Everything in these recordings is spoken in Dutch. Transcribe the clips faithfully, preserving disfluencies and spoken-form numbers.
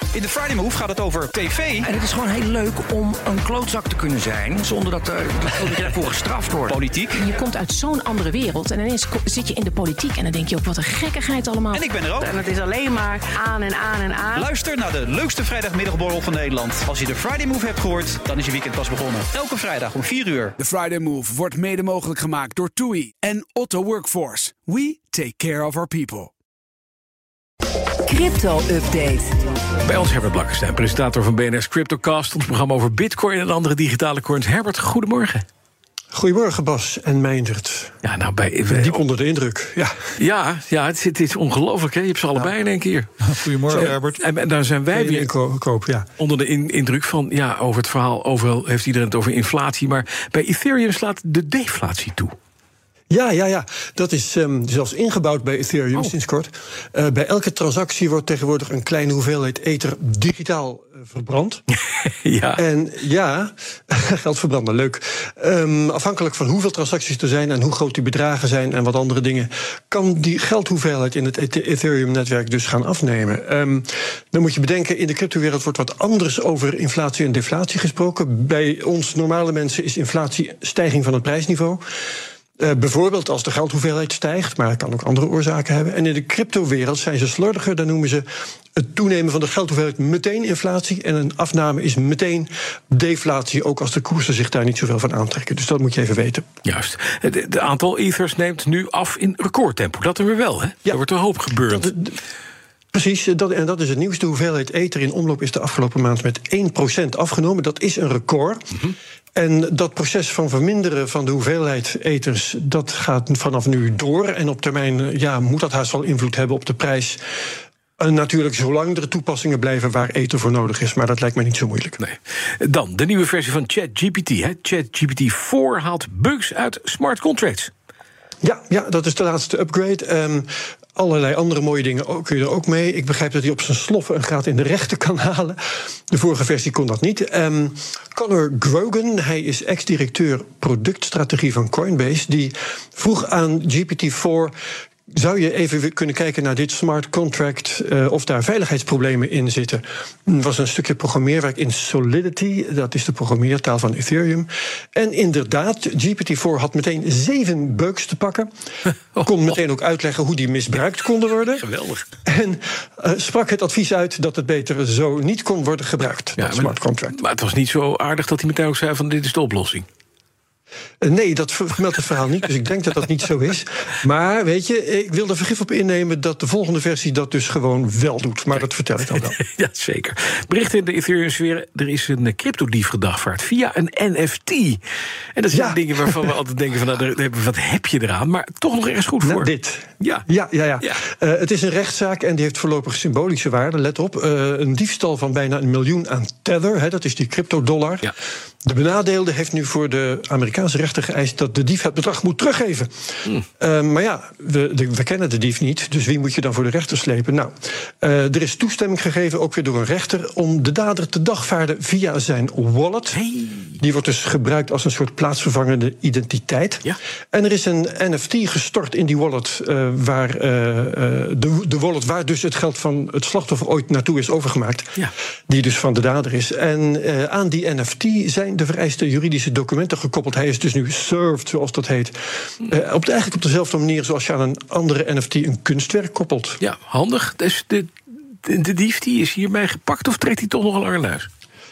In de Friday Move gaat het over tv. En het is gewoon heel leuk om een klootzak te kunnen zijn, zonder dat, uh, dat je daarvoor gestraft wordt. Politiek. Je komt uit zo'n andere wereld en ineens zit je in de politiek en dan denk je ook, wat een gekkigheid allemaal. En ik ben er ook. En het is alleen maar aan en aan en aan. Luister naar de leukste vrijdagmiddagborrel van Nederland. Als je de Friday Move hebt gehoord, dan is je weekend pas begonnen. Elke vrijdag om vier uur. De Friday Move wordt mede mogelijk gemaakt door TUI en Otto Workforce. We take care of our people. Crypto-update. Bij ons Herbert Blankenstein, presentator van B N R's CryptoCast, ons programma over Bitcoin en andere digitale coins. Herbert, goedemorgen. Goedemorgen Bas en Meindert. Ja, nou bij ik ben diep onder de indruk. Ja, ja, ja het, het is ongelooflijk. Hè? Je hebt ze allebei ja. in één keer. Goedemorgen, Zo, Herbert. En, en daar zijn wij weer koop, ja. onder de in, indruk van, ja, over het verhaal. Overal heeft iedereen het over inflatie, maar bij Ethereum slaat de deflatie toe. Ja, ja, ja. Dat is um, zelfs ingebouwd bij Ethereum oh. sinds kort. Uh, bij elke transactie wordt tegenwoordig een kleine hoeveelheid ether digitaal uh, verbrand. Ja. En ja, geld verbranden, leuk. Um, afhankelijk van hoeveel transacties er zijn en hoe groot die bedragen zijn en wat andere dingen, kan die geldhoeveelheid in het Ethereum-netwerk dus gaan afnemen. Um, dan moet je bedenken, in de cryptowereld wordt wat anders over inflatie en deflatie gesproken. Bij ons normale mensen is inflatie stijging van het prijsniveau. Uh, bijvoorbeeld als de geldhoeveelheid stijgt, maar het kan ook andere oorzaken hebben. En in de cryptowereld zijn ze slordiger, dan noemen ze het toenemen van de geldhoeveelheid meteen inflatie en een afname is meteen deflatie, ook als de koersen zich daar niet zoveel van aantrekken. Dus dat moet je even weten. Juist. Het aantal ethers neemt nu af in recordtempo. Dat er weer wel, hè? Ja. Er wordt een hoop gebeurd. Dat, Precies, dat, en dat is het nieuws. De hoeveelheid ether in omloop is de afgelopen maand met één procent afgenomen. Dat is een record. Mm-hmm. En dat proces van verminderen van de hoeveelheid ethers, dat gaat vanaf nu door. En op termijn ja, moet dat haast wel invloed hebben op de prijs. En natuurlijk zolang er toepassingen blijven waar ether voor nodig is. Maar dat lijkt mij niet zo moeilijk. Nee. Dan de nieuwe versie van ChatGPT. ChatGPT vier haalt bugs uit smart contracts. Ja, ja, dat is de laatste upgrade. Um, allerlei andere mooie dingen ook, kun je er ook mee. Ik begrijp dat hij op zijn sloffen een graad in de rechten kan halen. De vorige versie kon dat niet. Um, Conor Grogan, hij is ex-directeur productstrategie van Coinbase, die vroeg aan G P T vier... zou je even kunnen kijken naar dit smart contract, uh, of daar veiligheidsproblemen in zitten. Er was een stukje programmeerwerk in Solidity, dat is de programmeertaal van Ethereum. En inderdaad, G P T vier had meteen zeven bugs te pakken. Kon meteen ook uitleggen hoe die misbruikt konden worden. Geweldig. En uh, sprak het advies uit dat het beter zo niet kon worden gebruikt, ja, dat smart contract. Maar het was niet zo aardig dat hij meteen ook zei van dit is de oplossing. Nee, dat vermeldt het verhaal niet, dus ik denk dat dat niet zo is. Maar weet je, ik wil er vergif op innemen dat de volgende versie dat dus gewoon wel doet. Maar dat vertel ik dan wel. Ja, zeker. Bericht in de Ethereum-sfeer, er is een cryptodief gedagvaard via een N F T. En dat zijn ja. dingen waarvan we altijd denken van, nou, wat heb je eraan? Maar toch nog ergens goed voor. Nou, dit. Ja, ja, ja. ja. ja. Uh, het is een rechtszaak en die heeft voorlopig symbolische waarde. Let op, uh, een diefstal van bijna een miljoen aan Tether, hè, dat is die cryptodollar. Ja. De benadeelde heeft nu voor de Amerikaanse rechter geëist dat de dief het bedrag moet teruggeven. Hmm. Uh, maar ja, we, de, we kennen de dief niet, dus wie moet je dan voor de rechter slepen? Nou, uh, er is toestemming gegeven, ook weer door een rechter, om de dader te dagvaarden via zijn wallet. Hey. Die wordt dus gebruikt als een soort plaatsvervangende identiteit. Ja. En er is een N F T gestort in die wallet, uh, waar, uh, de, de wallet waar dus het geld van het slachtoffer ooit naartoe is overgemaakt. Ja. Die dus van de dader is. En uh, aan die N F T zijn de vereiste juridische documenten gekoppeld. Hij is dus nu served, zoals dat heet. Uh, op de, eigenlijk op dezelfde manier zoals je aan een andere N F T een kunstwerk koppelt. Ja, handig. Dus de, de, de dief die is hiermee gepakt of trekt hij toch nog een lange neus?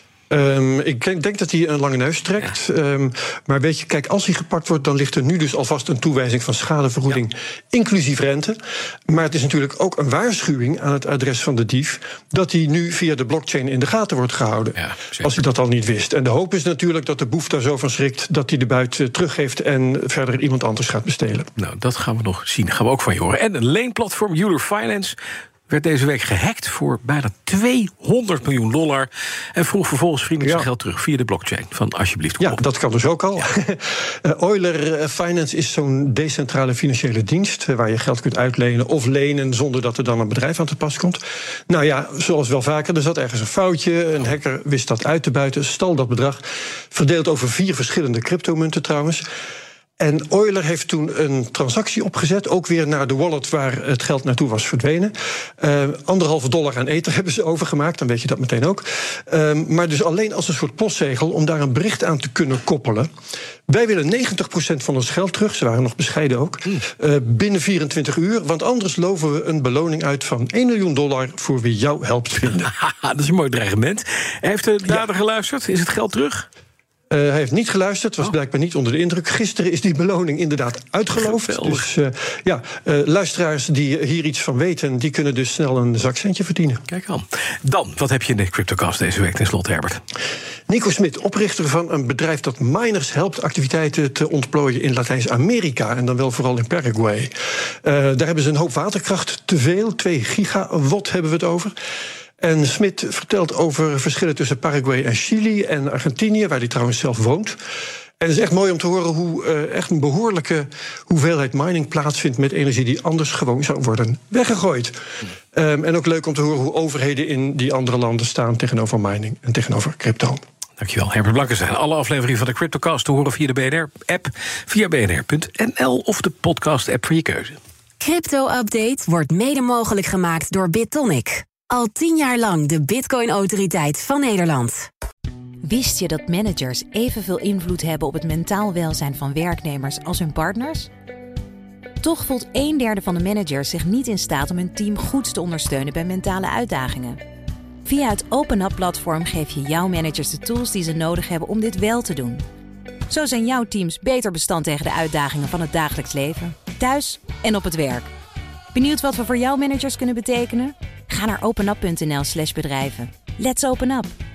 Um, ik denk, denk dat hij een lange neus trekt. Ja. Um, maar weet je, kijk, als hij gepakt wordt, dan ligt er nu dus alvast een toewijzing van schadevergoeding, ja. inclusief rente. Maar het is natuurlijk ook een waarschuwing aan het adres van de dief dat hij nu via de blockchain in de gaten wordt gehouden. Ja, als hij dat al niet wist. En de hoop is natuurlijk dat de boef daar zo van schrikt dat hij de buit teruggeeft en verder iemand anders gaat bestelen. Nou, dat gaan we nog zien. Dat gaan we ook van je horen. En een leenplatform, Euler Finance, werd deze week gehackt voor bijna tweehonderd miljoen dollar... en vroeg vervolgens vriendelijk zijn ja. geld terug via de blockchain. Van alsjeblieft, kom Ja, op. Dat kan dus ook al. Ja. Euler Finance is zo'n decentrale financiële dienst waar je geld kunt uitlenen of lenen zonder dat er dan een bedrijf aan te pas komt. Nou ja, zoals wel vaker, er zat ergens een foutje. Een hacker wist dat uit te buiten, stal dat bedrag. Verdeeld over vier verschillende cryptomunten trouwens. En Euler heeft toen een transactie opgezet, ook weer naar de wallet waar het geld naartoe was verdwenen. Uh, anderhalve dollar aan ether hebben ze overgemaakt, dan weet je dat meteen ook. Uh, maar dus alleen als een soort postzegel om daar een bericht aan te kunnen koppelen. Wij willen negentig procent van ons geld terug, ze waren nog bescheiden ook, uh, binnen vierentwintig uur. Want anders loven we een beloning uit van één miljoen dollar voor wie jou helpt vinden. Dat is een mooi dreigement. Heeft de dader ja. geluisterd? Is het geld terug? Uh, hij heeft niet geluisterd, was oh. blijkbaar niet onder de indruk. Gisteren is die beloning inderdaad uitgeloofd. Geweldig. Dus uh, ja, uh, luisteraars die hier iets van weten, die kunnen dus snel een zakcentje verdienen. Kijk aan. Dan, wat heb je in de CryptoCast deze week ten slotte, Herbert? Nico Smit, oprichter van een bedrijf dat miners helpt activiteiten te ontplooien in Latijns-Amerika. En dan wel vooral in Paraguay. Uh, daar hebben ze een hoop waterkracht te veel. twee gigawatt hebben we het over. En Smit vertelt over verschillen tussen Paraguay en Chili en Argentinië, waar hij trouwens zelf woont. En het is echt mooi om te horen hoe uh, echt een behoorlijke hoeveelheid mining plaatsvindt met energie die anders gewoon zou worden weggegooid. Um, en ook leuk om te horen hoe overheden in die andere landen staan tegenover mining en tegenover crypto. Dankjewel, Herbert Blankenstein. Alle afleveringen van de CryptoCast te horen via de B N R-app, via b n r punt n l of de podcast-app van je keuze. Crypto-update wordt mede mogelijk gemaakt door BitTonic. Al tien jaar lang de Bitcoin-autoriteit van Nederland. Wist je dat managers evenveel invloed hebben op het mentaal welzijn van werknemers als hun partners? Toch voelt een derde van de managers zich niet in staat om hun team goed te ondersteunen bij mentale uitdagingen. Via het OpenUp-platform geef je jouw managers de tools die ze nodig hebben om dit wel te doen. Zo zijn jouw teams beter bestand tegen de uitdagingen van het dagelijks leven, thuis en op het werk. Benieuwd wat we voor jouw managers kunnen betekenen? Ga naar openup punt n l slash bedrijven. Let's open up!